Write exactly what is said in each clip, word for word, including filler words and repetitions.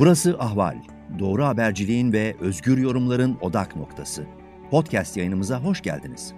Burası Ahval. Doğru haberciliğin ve özgür yorumların odak noktası. Podcast yayınımıza hoş geldiniz.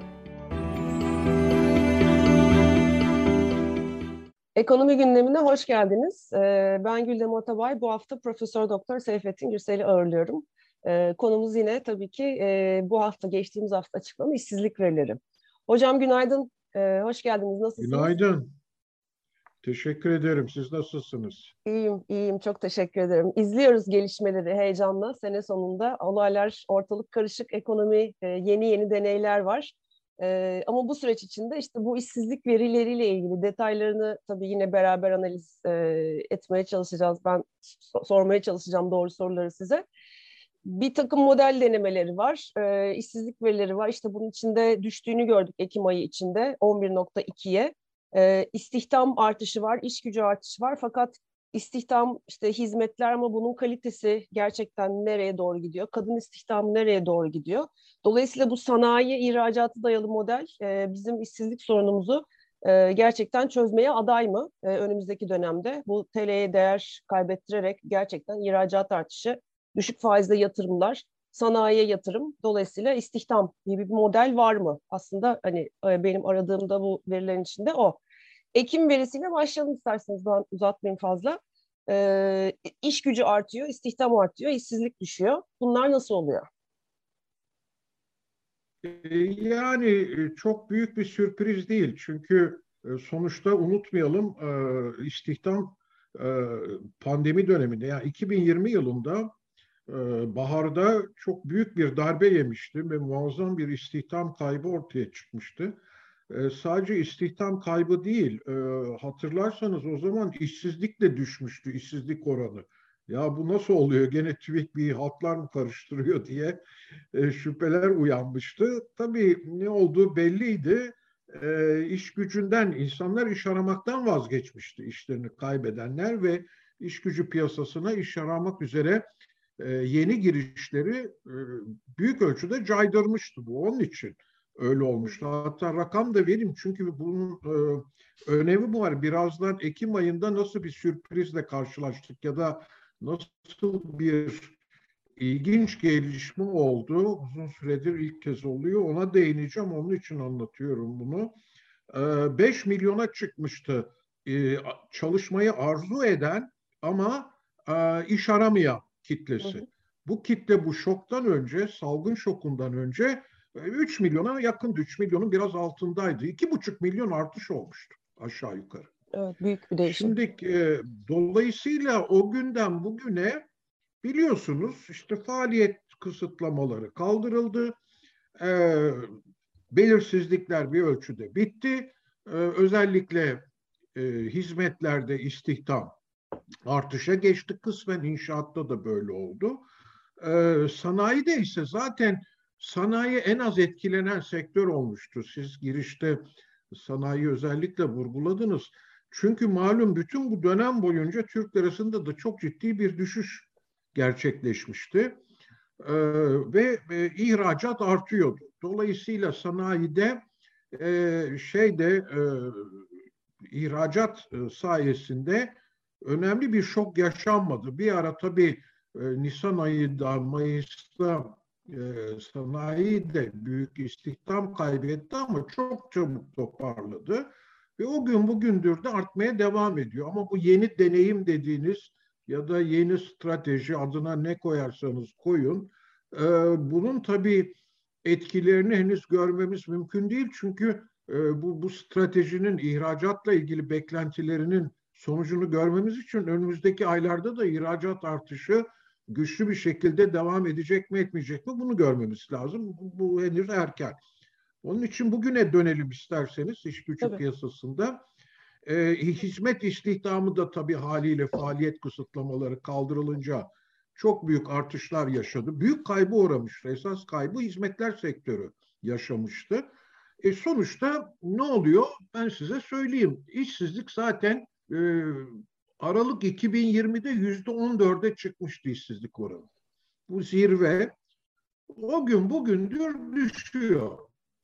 Ekonomi gündemine hoş geldiniz. Ben Güldem Otabay. Bu hafta Profesör Doktor Seyfettin Gürsel'i ağırlıyorum. Konumuz yine tabii ki bu hafta, geçtiğimiz hafta açıklanan işsizlik verileri. Hocam günaydın, hoş geldiniz. Nasılsınız? Günaydın. Teşekkür ederim. Siz nasılsınız? İyiyim, iyiyim. Çok teşekkür ederim. İzliyoruz gelişmeleri heyecanla. Sene sonunda olaylar, ortalık karışık, ekonomi, yeni yeni deneyler var. Ee, ama bu süreç içinde işte bu işsizlik verileriyle ilgili detaylarını tabii yine beraber analiz e, etmeye çalışacağız. Ben so- sormaya çalışacağım doğru soruları size. Bir takım model denemeleri var, e, işsizlik verileri var. İşte bunun içinde düştüğünü gördük Ekim ayı içinde on bir nokta ikiye. E, istihdam artışı var, iş gücü artışı var. Fakat istihdam, işte hizmetler ama bunun kalitesi gerçekten nereye doğru gidiyor? Kadın istihdamı nereye doğru gidiyor? Dolayısıyla bu sanayi ihracatı dayalı model e, bizim işsizlik sorunumuzu e, gerçekten çözmeye aday mı e, önümüzdeki dönemde? Bu T L'ye değer kaybettirerek gerçekten ihracat artışı, düşük faizle yatırımlar, sanayiye yatırım, dolayısıyla istihdam gibi bir model var mı? Aslında hani e, benim aradığımda bu verilerin içinde o. Ekim verisiyle başlayalım isterseniz, ben uzatmayayım fazla. E, iş gücü artıyor, istihdam artıyor, işsizlik düşüyor. Bunlar nasıl oluyor? Yani e, çok büyük bir sürpriz değil. Çünkü e, sonuçta unutmayalım, e, istihdam e, pandemi döneminde, yani iki bin yirmi yılında e, baharda çok büyük bir darbe yemişti ve muazzam bir istihdam kaybı ortaya çıkmıştı. E, sadece istihdam kaybı değil, e, hatırlarsanız o zaman işsizlik de düşmüştü, işsizlik oranı. Ya bu nasıl oluyor? Gene TÜİK bir haltlar mı karıştırıyor diye e, şüpheler uyanmıştı. Tabii ne olduğu belliydi. E, iş gücünden, insanlar iş aramaktan vazgeçmişti, işlerini kaybedenler ve iş gücü piyasasına iş aramak üzere e, yeni girişleri e, büyük ölçüde caydırmıştı bu. Onun için öyle olmuştu. Hatta rakam da vereyim, çünkü bunun e, önemi bu var. Birazdan Ekim ayında nasıl bir sürprizle karşılaştık ya da nasıl bir ilginç gelişme oldu. Uzun süredir ilk kez oluyor. Ona değineceğim. Onun için anlatıyorum bunu. beş milyona çıkmıştı çalışmayı arzu eden ama iş aramayan Hı kitlesi. hı. Bu kitle bu şoktan önce, salgın şokundan önce üç milyona yakın, üç milyonun biraz altındaydı. iki buçuk milyon artış olmuştu aşağı yukarı. Evet, büyük bir değişim. Şimdi e, dolayısıyla o günden bugüne biliyorsunuz işte faaliyet kısıtlamaları kaldırıldı. Ee, Belirsizlikler bir ölçüde bitti. Ee, özellikle e, hizmetlerde istihdam artışa geçti. Kısmen inşaatta da böyle oldu. Ee, sanayide ise zaten sanayi en az etkilenen sektör olmuştu. Siz girişte sanayi özellikle vurguladınız. Çünkü malum bütün bu dönem boyunca Türk lirasında da çok ciddi bir düşüş gerçekleşmişti. Ee, ve e, ihracat artıyordu. Dolayısıyla sanayide e, şeyde e, ihracat e, sayesinde önemli bir şok yaşanmadı. Bir ara tabii e, Nisan ayında, Mayıs'ta e, sanayi de büyük istihdam kaybetti ama çok çabuk toparladı. Ve o gün bugündür de artmaya devam ediyor. Ama bu yeni deneyim dediğiniz ya da yeni strateji, adına ne koyarsanız koyun, e, bunun tabii etkilerini henüz görmemiz mümkün değil. Çünkü e, bu, bu stratejinin ihracatla ilgili beklentilerinin sonucunu görmemiz için önümüzdeki aylarda da ihracat artışı güçlü bir şekilde devam edecek mi etmeyecek mi, bunu görmemiz lazım. Bu, bu henüz erken. Onun için bugüne dönelim isterseniz iş gücü Tabii. piyasasında. E, hizmet istihdamı da tabii haliyle faaliyet kısıtlamaları kaldırılınca çok büyük artışlar yaşadı. Büyük kaybı uğramıştı. Esas kaybı hizmetler sektörü yaşamıştı. E sonuçta ne oluyor? Ben size söyleyeyim. İşsizlik zaten e, Aralık iki bin yirmide yüzde on dörde çıkmıştı işsizlik oranı. Bu zirve. O gün bugündür düşüyor.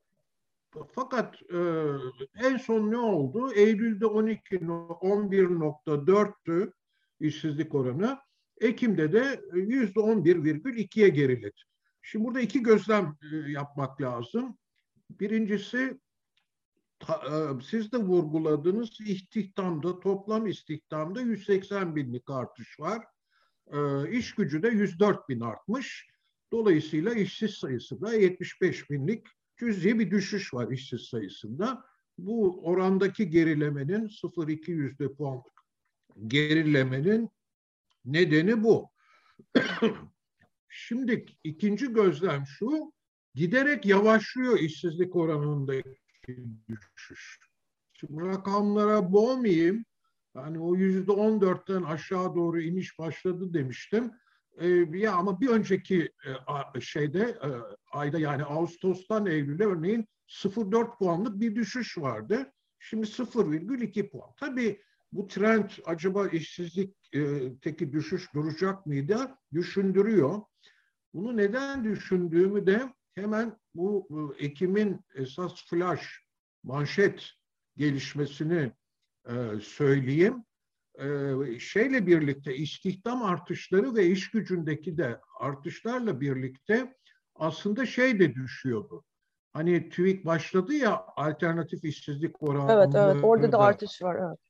Fakat e, en son ne oldu? Eylül'de on iki, on bir nokta dörttü işsizlik oranı. Ekim'de de yüzde on bir virgül ikiye geriledi. Şimdi burada iki gözlem yapmak lazım. Birincisi, siz de vurguladınız, istihdamda, toplam istihdamda yüz seksen binlik artış var. İş gücü de yüz dört bin artmış. Dolayısıyla işsiz sayısında yetmiş beş binlik cüzi bir düşüş var işsiz sayısında. Bu orandaki gerilemenin sıfır virgül iki yüzde puanlık gerilemenin nedeni bu. Şimdi ikinci gözlem şu, giderek yavaşlıyor işsizlik oranındaki düşüş. Şimdi rakamlara boğmayayım. Yani o yüzde on dörtten aşağı doğru iniş başladı demiştim. Ee, ya ama bir önceki e, şeyde e, ayda, yani Ağustos'tan Eylül'e örneğin sıfır virgül dört puanlık bir düşüş vardı. Şimdi sıfır virgül iki puan. Tabii bu trend acaba işsizlikteki düşüş duracak mıydı? Düşündürüyor. Bunu neden düşündüğümü de hemen bu, bu Ekim'in esas flash manşet gelişmesini e, söyleyeyim. E, şeyle birlikte istihdam artışları ve iş gücündeki de artışlarla birlikte aslında şey de düşüyordu. Hani TÜİK başladı ya alternatif işsizlik oranları. Evet, evet. Orada da artış var. Evet.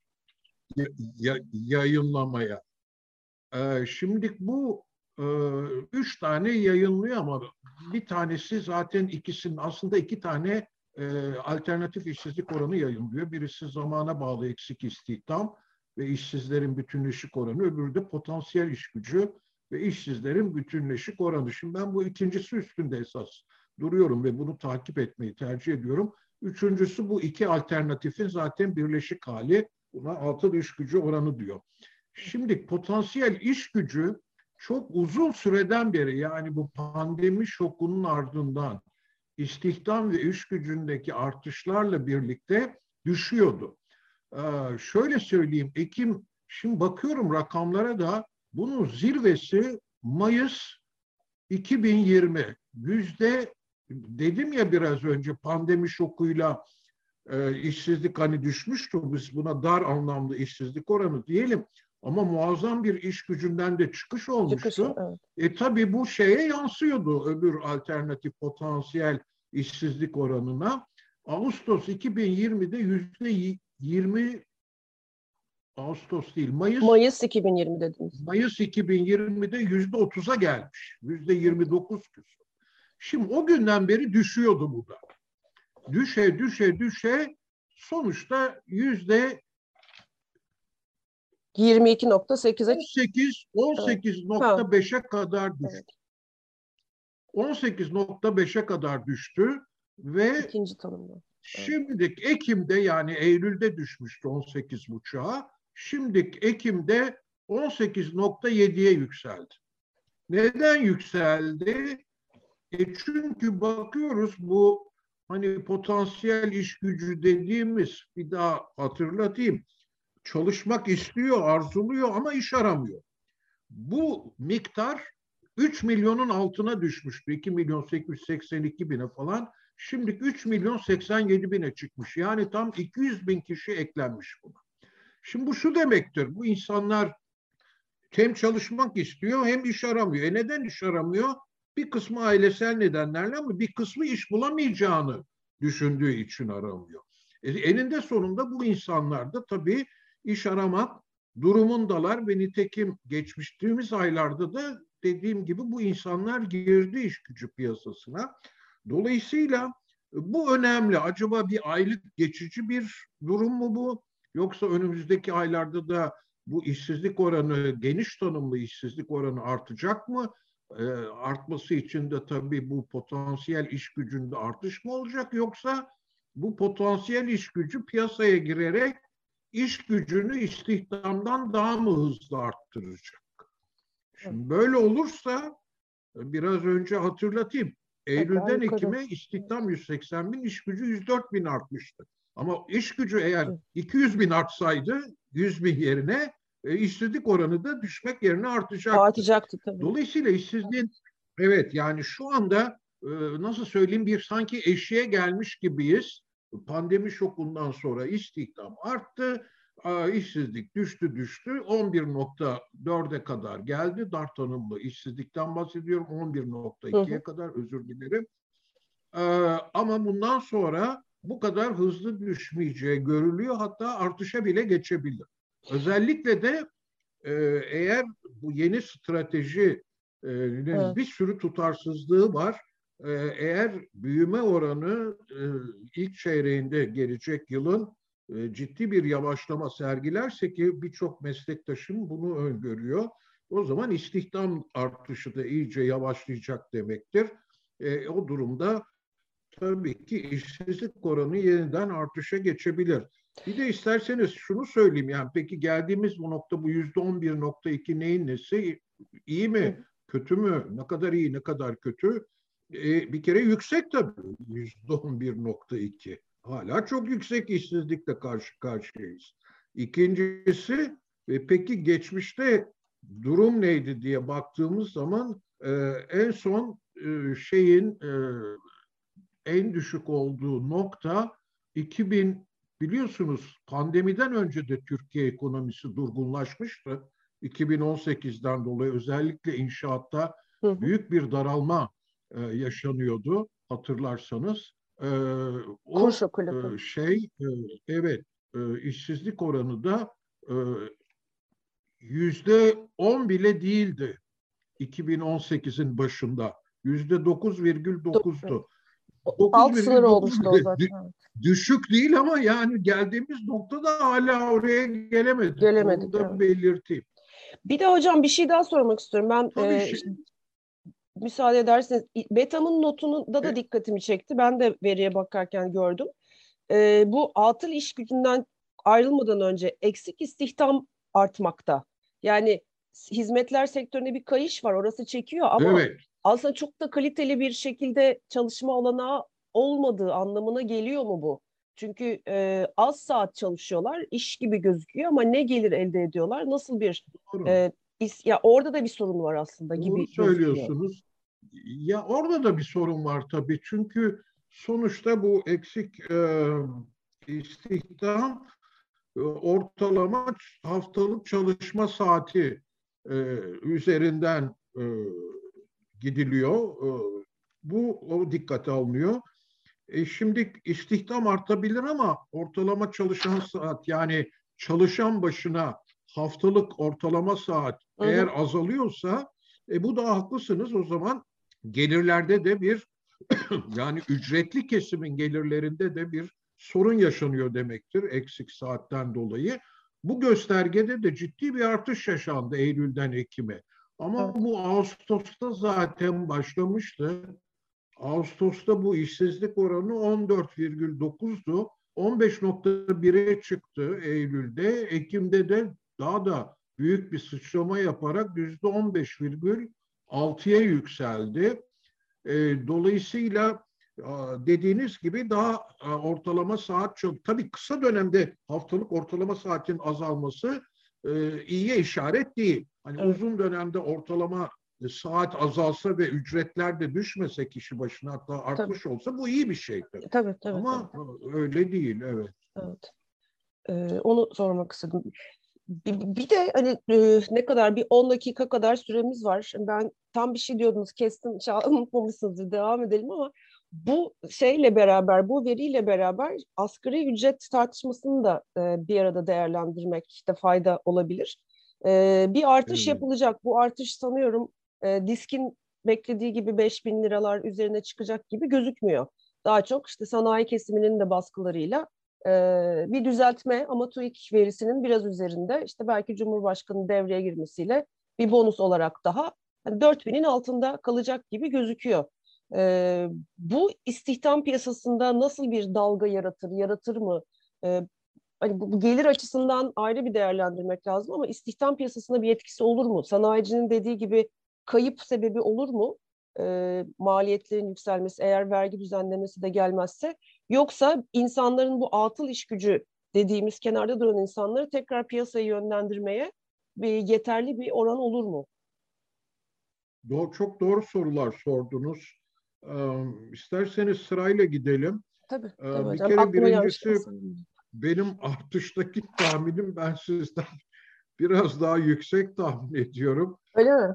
Ya, yayınlamaya. Ee, şimdi bu e, üç tane yayınlıyor ama bir tanesi zaten ikisinin aslında iki tane e, alternatif işsizlik oranı yayınlıyor. Birisi zamana bağlı eksik istihdam ve işsizlerin bütünleşik oranı, öbürü de potansiyel iş gücü ve işsizlerin bütünleşik oranı. Şimdi ben bu ikincisi üstünde esas duruyorum ve bunu takip etmeyi tercih ediyorum. Üçüncüsü bu iki alternatifin zaten birleşik hali. Buna altı iş gücü oranı diyor. Şimdi potansiyel iş gücü çok uzun süreden beri, yani bu pandemi şokunun ardından istihdam ve iş gücündeki artışlarla birlikte düşüyordu. Ee, şöyle söyleyeyim, Ekim, şimdi bakıyorum rakamlara da, bunun zirvesi Mayıs iki bin yirmi. Yüzde, dedim ya biraz önce, pandemi şokuyla e, işsizlik hani düşmüştü. Biz buna dar anlamda işsizlik oranı diyelim. Ama muazzam bir iş gücünden de çıkış olmuştu. Çıkış, evet. E tabii bu şeye yansıyordu, öbür alternatif potansiyel işsizlik oranına. Ağustos iki bin yirmide yüzde yirmi, Ağustos değil, Mayıs. Mayıs iki bin yirmi dediniz. Mayıs iki bin yirmide yüzde otuza gelmiş. Yüzde yirmi dokuz küsur. Şimdi o günden beri düşüyordu bu da. Düşe düşe düşe sonuçta yüzde yirmi iki nokta sekize on sekiz on sekiz nokta beşe kadar düştü. Evet. on sekiz nokta beşe kadar düştü ve ikinci tanımda. Evet. Şimdi Ekim'de, yani Eylül'de düşmüştü on sekiz buçuğa. Şimdi Ekim'de on sekiz nokta yediye yükseldi. Neden yükseldi? E çünkü bakıyoruz, bu hani potansiyel iş gücü dediğimiz, bir daha hatırlatayım, çalışmak istiyor, arzuluyor ama iş aramıyor. Bu miktar üç milyonun altına düşmüştü. iki milyon sekiz yüz seksen iki bine falan. Şimdi üç milyon seksen yedi bine çıkmış. Yani tam iki yüz bin kişi eklenmiş buna. Şimdi bu şu demektir: bu insanlar hem çalışmak istiyor hem iş aramıyor. E neden iş aramıyor? Bir kısmı ailesel nedenlerle ama bir kısmı iş bulamayacağını düşündüğü için aramıyor. E, eninde sonunda bu insanlar da tabii iş aramak durumundalar ve nitekim geçmiştiğimiz aylarda da dediğim gibi bu insanlar girdi iş gücü piyasasına. Dolayısıyla bu önemli. Acaba bir aylık geçici bir durum mu bu? Yoksa önümüzdeki aylarda da bu işsizlik oranı, geniş tanımlı işsizlik oranı artacak mı? E, artması için de tabii bu potansiyel iş gücünde artış mı olacak? Yoksa bu potansiyel iş gücü piyasaya girerek iş gücünü istihdamdan daha mı hızlı arttıracak? Şimdi böyle olursa, biraz önce hatırlatayım, Eylül'den Ekim'e istihdam yüz seksen bin, iş gücü yüz dört bin artmıştı. Ama iş gücü eğer iki yüz bin artsaydı, yüz bin yerine e, işsizlik oranı da düşmek yerine artacaktı. Artacaktı tabii. Dolayısıyla işsizliğin, evet, yani şu anda e, nasıl söyleyeyim, bir sanki eşiğe gelmiş gibiyiz. Pandemi şokundan sonra istihdam arttı. işsizlik düştü düştü on bir nokta dörde kadar geldi. Dar tanımlı işsizlikten bahsediyorum. on bir nokta ikiye kadar, özür dilerim. Ama bundan sonra bu kadar hızlı düşmeyeceği görülüyor. Hatta artışa bile geçebilir. Özellikle de eğer bu yeni stratejinin evet. bir sürü tutarsızlığı var. Eğer büyüme oranı ilk çeyreğinde gelecek yılın ciddi bir yavaşlama sergilerse, ki birçok meslektaşım bunu öngörüyor, o zaman istihdam artışı da iyice yavaşlayacak demektir. E, o durumda tabii ki işsizlik oranı yeniden artışa geçebilir. Bir de isterseniz şunu söyleyeyim, yani peki geldiğimiz bu nokta, bu yüzde on bir nokta iki neyin nesi? İyi mi? Kötü mü? Ne kadar iyi, ne kadar kötü? E, bir kere yüksek tabii, yüzde on bir nokta iki. Hala çok yüksek işsizlikle karşı karşıyayız. İkincisi, e, peki geçmişte durum neydi diye baktığımız zaman e, en son e, şeyin e, en düşük olduğu nokta iki bin, biliyorsunuz pandemiden önce de Türkiye ekonomisi durgunlaşmıştı. iki bin on sekizden dolayı özellikle inşaatta hı hı. büyük bir daralma e, yaşanıyordu, hatırlarsanız. E, o e, şey e, evet e, işsizlik oranı da e, yüzde on bile değildi iki bin on sekizin başında. Yüzde dokuz virgül dokuzdu. Alt sınır olmuştu o zaten. Düşük değil ama yani geldiğimiz noktada hala oraya gelemedik. Gelemedik. Onu da evet. belirteyim. Bir de hocam bir şey daha sormak istiyorum. Ben e, şey. müsaade ederseniz, Beta'nın notunda da dikkatimi çekti. Ben de veriye bakarken gördüm. E, bu atıl iş gücünden ayrılmadan önce eksik istihdam artmakta. Yani hizmetler sektöründe bir kayış var. Orası çekiyor ama evet. aslında çok da kaliteli bir şekilde çalışma olanağı olmadığı anlamına geliyor mu bu? Çünkü e, az saat çalışıyorlar, iş gibi gözüküyor ama ne gelir elde ediyorlar? Nasıl bir e, is, ya orada da bir sorun var aslında gibi Doğru söylüyorsunuz. Ya orada da bir sorun var tabii. Çünkü sonuçta bu eksik e, istihdam e, ortalama haftalık çalışma saati e, üzerinden e, gidiliyor. E, bu o dikkate alınıyor. E şimdi istihdam artabilir ama ortalama çalışan saat, yani çalışan başına haftalık ortalama saat hı hı. eğer azalıyorsa e, bu da haklısınız, o zaman gelirlerde de bir yani ücretli kesimin gelirlerinde de bir sorun yaşanıyor demektir eksik saatten dolayı. Bu göstergede de ciddi bir artış yaşandı Eylül'den Ekim'e. Ama evet. bu Ağustos'ta zaten başlamıştı. Ağustos'ta bu işsizlik oranı on dört virgül dokuzdu. on beş nokta bire çıktı Eylül'de. Ekim'de de daha da büyük bir sıçrama yaparak yüzde on beş virgül altıya yükseldi. Dolayısıyla dediğiniz gibi daha ortalama saat çok. Tabii kısa dönemde haftalık ortalama saatin azalması iyiye işaret değil. Hani evet. uzun dönemde ortalama saat azalsa ve ücretler de düşmese kişi başına, hatta artmış tabii. olsa, bu iyi bir şeydir. Tabii, tabii, Ama tabii. öyle değil, evet. Evet. Ee, onu sormak istedim. Bir, bir de hani e, ne kadar bir on dakika kadar süremiz var. Şimdi ben tam bir şey diyordunuz, kestim, unutmamışsınızdır, devam edelim ama bu şeyle beraber, bu veriyle beraber asgari ücret tartışmasını da e, bir arada değerlendirmekte fayda olabilir. E, bir artış evet. yapılacak. Bu artış sanıyorum e, DİSK'in beklediği gibi beş bin liralar üzerine çıkacak gibi gözükmüyor. Daha çok işte sanayi kesiminin de baskılarıyla Ee, bir düzeltme ama TÜİK verisinin biraz üzerinde, işte belki Cumhurbaşkanı devreye girmesiyle bir bonus olarak daha yani dört binin altında kalacak gibi gözüküyor. Ee, bu istihdam piyasasında nasıl bir dalga yaratır, yaratır mı? Ee, hani bu, bu gelir açısından ayrı bir değerlendirmek lazım ama istihdam piyasasına bir etkisi olur mu? Sanayicinin dediği gibi kayıp sebebi olur mu? E, maliyetlerin yükselmesi, eğer vergi düzenlemesi de gelmezse, yoksa insanların bu atıl iş gücü dediğimiz kenarda duran insanları tekrar piyasaya yönlendirmeye bir yeterli bir oran olur mu? Doğru, çok doğru sorular sordunuz. Ee, isterseniz sırayla gidelim. Tabii, Ee, tabii bir hocam. kere Aklıma birincisi benim artıştaki tahminim ben sizden biraz daha yüksek tahmin ediyorum. Öyle mi?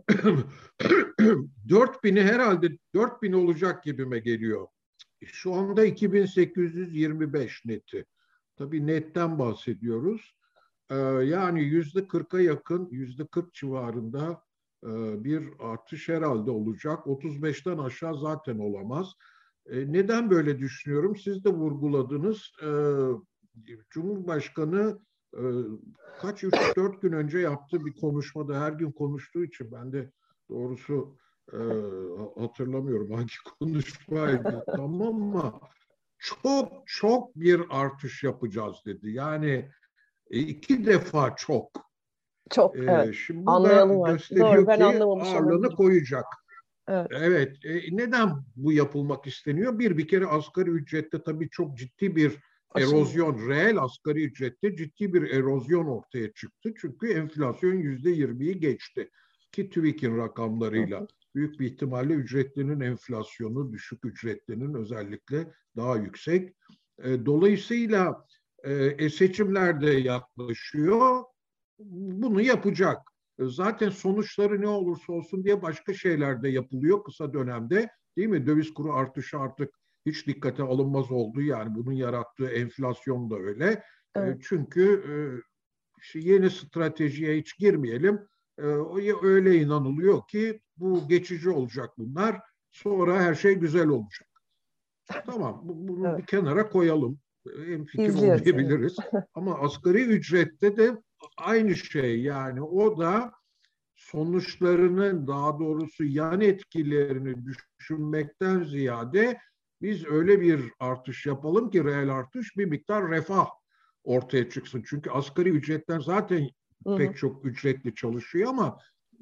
dört bini herhalde dört bin olacak gibime geliyor. Şu anda iki bin sekiz yüz yirmi beş neti. Tabii netten bahsediyoruz. Ee, yani yüzde kırka yakın, yüzde kırk civarında e, bir artış herhalde olacak. otuz beşten aşağı zaten olamaz. E, neden böyle düşünüyorum? Siz de vurguladınız. E, Cumhurbaşkanı e, kaç, üç dört gün önce yaptığı bir konuşmada, her gün konuştuğu için ben de doğrusu e, hatırlamıyorum hangi konuşmaydı tam, ama çok çok bir artış yapacağız dedi. Yani e, iki defa çok. Çok, E, evet. şimdi bu da Anlayalım var. gösteriyor Doğru, ben ki anlamamış ağırlığını olabilirim. koyacak. Evet. Evet. E, neden bu yapılmak isteniyor? Bir, bir kere asgari ücrette tabii çok ciddi bir Aşırı. erozyon, reel asgari ücrette ciddi bir erozyon ortaya çıktı. Çünkü enflasyon yüzde yirmiyi geçti. Ki TÜİK'in rakamlarıyla Hı hı. büyük bir ihtimalle ücretlinin enflasyonu, düşük ücretlinin özellikle daha yüksek. E, dolayısıyla e, seçimler de yaklaşıyor. Bunu yapacak. Zaten sonuçları ne olursa olsun diye başka şeyler de yapılıyor kısa dönemde, değil mi? Döviz kuru artışı artık hiç dikkate alınmaz oldu. Yani bunun yarattığı enflasyon da öyle. Evet. Çünkü işte yeni stratejiye hiç girmeyelim. Öyle inanılıyor ki bu geçici olacak bunlar. Sonra her şey güzel olacak. Tamam, bunu Evet. bir kenara koyalım. Hemfikir İzliyoruz yani. olmayabiliriz. Ama asgari ücrette de aynı şey, yani o da sonuçlarının, daha doğrusu yan etkilerini düşünmekten ziyade biz öyle bir artış yapalım ki reel artış, bir miktar refah ortaya çıksın. Çünkü asgari ücretten zaten Hı hı. pek çok ücretli çalışıyor, ama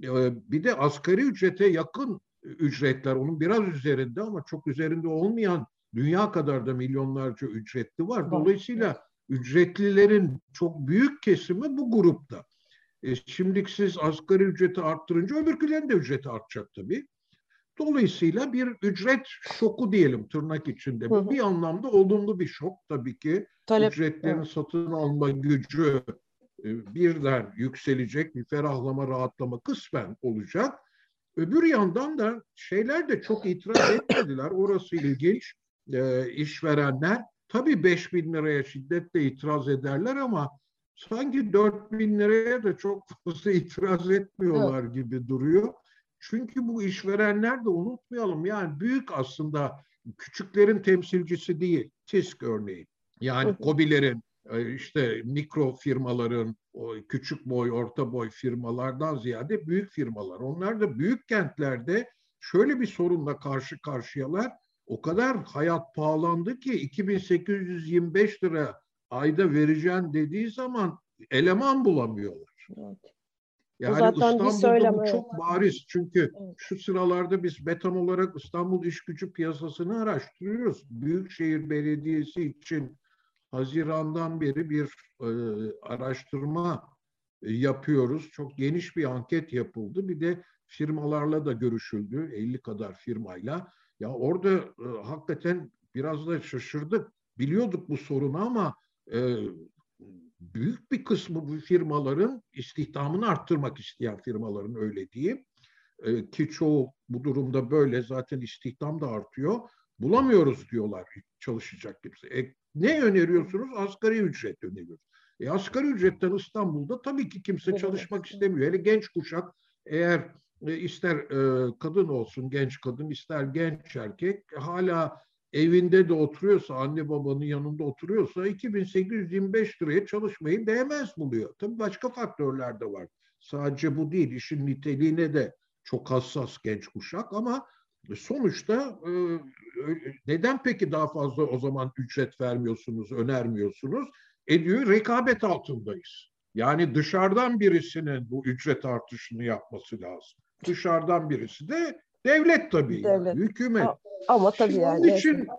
bir de asgari ücrete yakın ücretler, onun biraz üzerinde ama çok üzerinde olmayan dünya kadar da milyonlarca ücretli var. Dolayısıyla ücretlilerin çok büyük kesimi bu grupta. E, şimdi siz asgari ücreti arttırınca öbürkülerin de ücreti artacak tabii. Dolayısıyla bir ücret şoku diyelim tırnak içinde. Bu bir anlamda olumlu bir şok tabii ki. Talep. Ücretlerin Evet. satın alma gücü e, birden yükselecek, bir ferahlama, rahatlama kısmen olacak. Öbür yandan da şeyler de çok itiraz etmediler. Orası ilginç. E, işverenler tabii beş bin liraya şiddetle itiraz ederler, ama sanki dört bin liraya da çok fazla itiraz etmiyorlar Evet. gibi duruyor. Çünkü bu işverenler de unutmayalım, yani büyük aslında küçüklerin temsilcisi değil. TİSK örneğin. Yani Hı hı. KOBİ'lerin, işte mikro firmaların, o küçük boy, orta boy firmalardan ziyade büyük firmalar. Onlar da büyük kentlerde şöyle bir sorunla karşı karşıyalar. O kadar hayat pahalandı ki iki bin sekiz yüz yirmi beş lira ayda vereceğim dediği zaman eleman bulamıyorlar. Evet. Yani zaten bir İstanbul'da söylem, bu evet. çok bariz. Çünkü Evet. şu sıralarda biz BETAM olarak İstanbul iş gücü piyasasını araştırıyoruz. Büyükşehir Belediyesi için Haziran'dan beri bir e, araştırma e, yapıyoruz. Çok geniş bir anket yapıldı. Bir de firmalarla da görüşüldü. elli kadar firmayla. Ya orada e, hakikaten biraz da şaşırdık. Biliyorduk bu sorunu, ama e, büyük bir kısmı bu firmaların istihdamını arttırmak isteyen firmaların, öyle diyeyim. E, ki çoğu bu durumda böyle, zaten istihdam da artıyor. Bulamıyoruz diyorlar çalışacak kimse. E, ne öneriyorsunuz? Asgari ücret öneriyoruz. E, asgari ücretten İstanbul'da tabii ki kimse çalışmak istemiyor. Hele genç kuşak, eğer e, ister e, kadın olsun, genç kadın, ister genç erkek, hala evinde de oturuyorsa, anne babanın yanında oturuyorsa iki bin sekiz yüz yirmi beş liraya çalışmayı değmez buluyor. Tabii başka faktörler de var. Sadece bu değil, işin niteliğine de çok hassas genç kuşak, ama sonuçta e, neden peki daha fazla o zaman ücret vermiyorsunuz, önermiyorsunuz? E diyor, rekabet altındayız. Yani dışarıdan birisinin bu ücret artışını yapması lazım. Dışarıdan birisi de devlet tabii, yani Devlet. hükümet. Ama tabii Şimdi yani onun neyse. için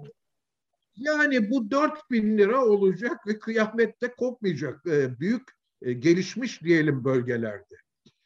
yani bu dört bin lira olacak ve kıyamette kopmayacak. E, büyük e, gelişmiş diyelim bölgelerde.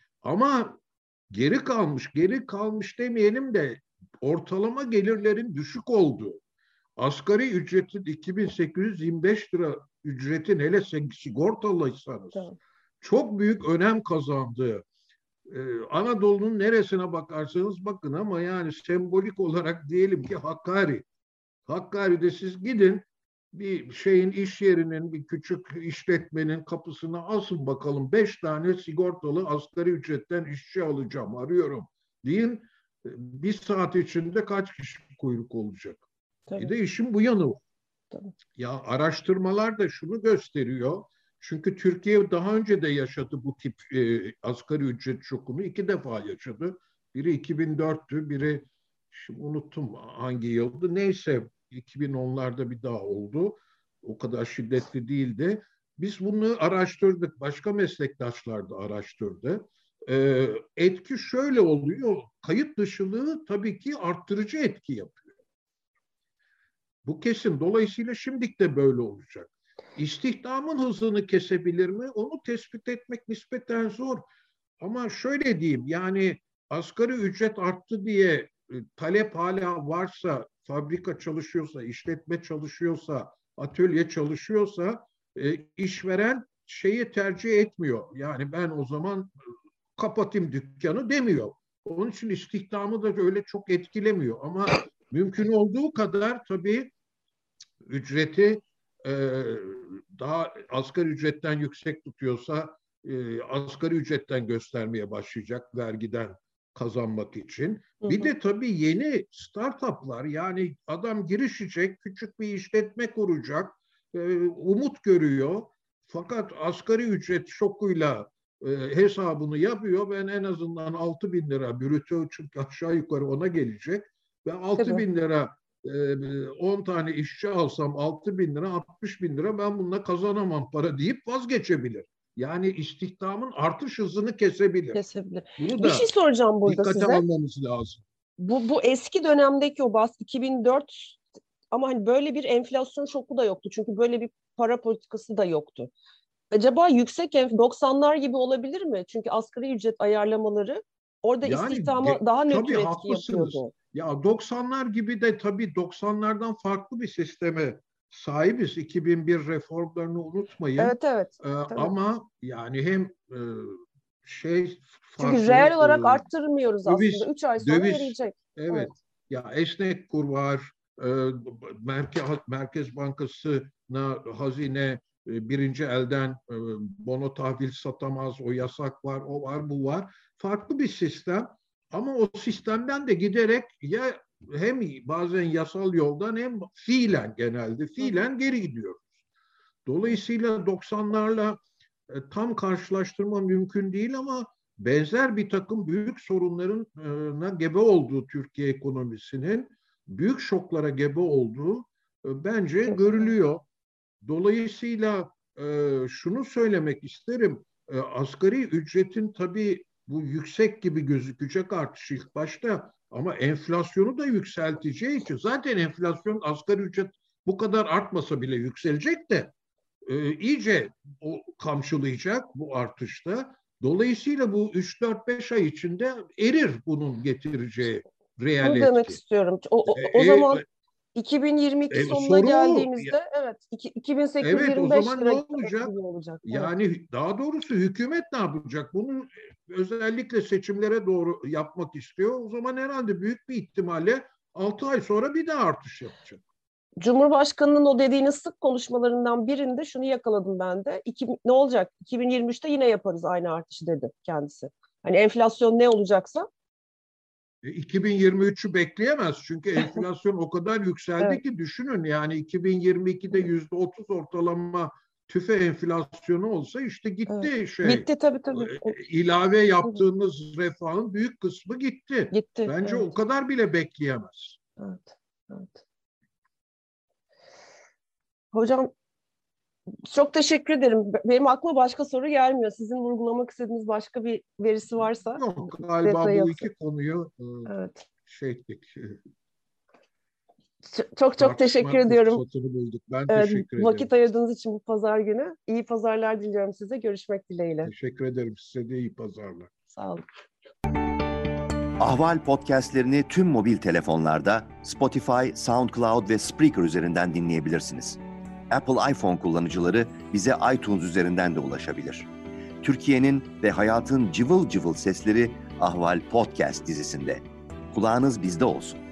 Ama geri kalmış, geri kalmış demeyelim de ortalama gelirlerin düşük olduğu, asgari ücretin iki bin sekiz yüz yirmi beş lira ücretin hele sigortalıysanız tamam. çok büyük önem kazandığı, Ee, Anadolu'nun neresine bakarsanız bakın ama yani sembolik olarak diyelim ki Hakkari. Hakkari'de siz gidin bir şeyin iş yerinin bir küçük işletmenin kapısına asın bakalım beş tane sigortalı asgari ücretten işçi alacağım arıyorum deyin bir saat içinde kaç kişi kuyruk olacak. Tabii. Bir de işin bu yanı. Tabii. Ya araştırmalar da şunu gösteriyor. Çünkü Türkiye daha önce de yaşadı bu tip e, asgari ücret şokunu. İki defa yaşadı. Biri iki bin dörttü, biri şimdi unuttum hangi yıldı. Neyse iki bin onlarda bir daha oldu. O kadar şiddetli değildi. Biz bunu araştırdık. Başka meslektaşlar da araştırdı. E, etki şöyle oluyor. Kayıt dışılığı tabii ki arttırıcı etki yapıyor. Bu kesin. Dolayısıyla şimdilik de böyle olacak. İstihdamın hızını kesebilir mi? Onu tespit etmek nispeten zor. Ama şöyle diyeyim, yani asgari ücret arttı diye talep hala varsa, fabrika çalışıyorsa, işletme çalışıyorsa, atölye çalışıyorsa e, işveren şeyi tercih etmiyor. Yani ben o zaman kapatayım dükkanı demiyor. Onun için istihdamı da öyle çok etkilemiyor. Ama mümkün olduğu kadar tabii ücreti Ee, daha asgari ücretten yüksek tutuyorsa e, asgari ücretten göstermeye başlayacak vergiden kazanmak için. Hı hı. Bir de tabii yeni startuplar, yani adam girişecek, küçük bir işletme kuracak, e, umut görüyor. Fakat asgari ücret şokuyla e, hesabını yapıyor. Ben en azından altı bin lira brütö, çünkü aşağı yukarı ona gelecek ve altı bin lira on tane işçi alsam altı bin lira, altmış bin lira ben bununla kazanamam para deyip vazgeçebilir. Yani istihdamın artış hızını kesebilir. Kesebilir. Bunu bir şey soracağım burada dikkate size. Dikkate almamız lazım. Bu, bu eski dönemdeki o bas iki bin dört ama hani böyle bir enflasyon şoku da yoktu. Çünkü böyle bir para politikası da yoktu. Acaba yüksek doksanlar gibi olabilir mi? Çünkü asgari ücret ayarlamaları orada yani, istihdama ge- daha nötr etki haklısınız. Yapıyordu. Ya doksanlar gibi de tabii doksanlardan farklı bir sisteme sahibiz. iki bin bir reformlarını unutmayın. Evet evet. Ee, ama yani hem e, şey farklı, çünkü reel olarak e, arttırmıyoruz döviz, aslında. Üç ay sonra döviz, eriyecek. Evet. evet. Ya esnek kur var. E, Merkez, Merkez Bankası'na hazine e, birinci elden e, bono tahvil satamaz. O yasak var. O var, bu var. Farklı bir sistem. Ama o sistemden de giderek ya hem bazen yasal yoldan hem fiilen genelde fiilen geri gidiyoruz. Dolayısıyla doksanlarla e, tam karşılaştırma mümkün değil ama benzer bir takım büyük sorunlarına gebe olduğu Türkiye ekonomisinin büyük şoklara gebe olduğu e, bence görülüyor. Dolayısıyla e, şunu söylemek isterim. E, asgari ücretin tabii bu yüksek gibi gözükecek artış ilk başta ama enflasyonu da yükselteceği için zaten enflasyon asgari ücret bu kadar artmasa bile yükselecek de e, iyice o kamçılayacak bu artışta. Dolayısıyla bu üç dört beş ay içinde erir bunun getireceği reel etki. Bunu demek istiyorum. O, o, o e, zaman iki bin yirmi iki e, sonuna geldiğimizde ya, evet iki bin sekiz yüz yirmi beş evet, o zaman ne olacak? olacak. Yani evet. Daha doğrusu hükümet ne yapacak? Bunu özellikle seçimlere doğru yapmak istiyor. O zaman herhalde büyük bir ihtimalle altı ay sonra bir daha artış yapacak. Cumhurbaşkanının o dediğiniz sık konuşmalarından birinde şunu yakaladım ben de. İki, ne olacak? iki bin yirmi üçte yine yaparız aynı artışı dedi kendisi. Hani enflasyon ne olacaksa. iki bin yirmi üçü bekleyemez çünkü enflasyon o kadar yükseldi evet. ki düşünün yani iki bin yirmi ikide yüzde otuz ortalama tüfe enflasyonu olsa işte gitti evet. şey. Gitti tabii tabii. İlave yaptığımız refahın büyük kısmı gitti. Gitti. Bence evet. o kadar bile bekleyemez. Evet. Evet. Hocam çok teşekkür ederim. Benim aklıma başka soru gelmiyor. Sizin vurgulamak istediğiniz başka bir verisi varsa. Yok galiba bu iki konuyu evet. şey ettik. Çok çok teşekkür ediyorum. Bulduk. Ben evet, teşekkür vakit ederim. ayırdığınız için bu pazar günü. İyi pazarlar diliyorum size. Görüşmek dileğiyle. Teşekkür ederim. Size de iyi pazarlar. Sağ olun. Ahval podcastlerini tüm mobil telefonlarda Spotify, SoundCloud ve Spreaker üzerinden dinleyebilirsiniz. Apple iPhone kullanıcıları bize iTunes üzerinden de ulaşabilir. Türkiye'nin ve hayatın cıvıl cıvıl sesleri Ahval Podcast dizisinde. Kulağınız bizde olsun.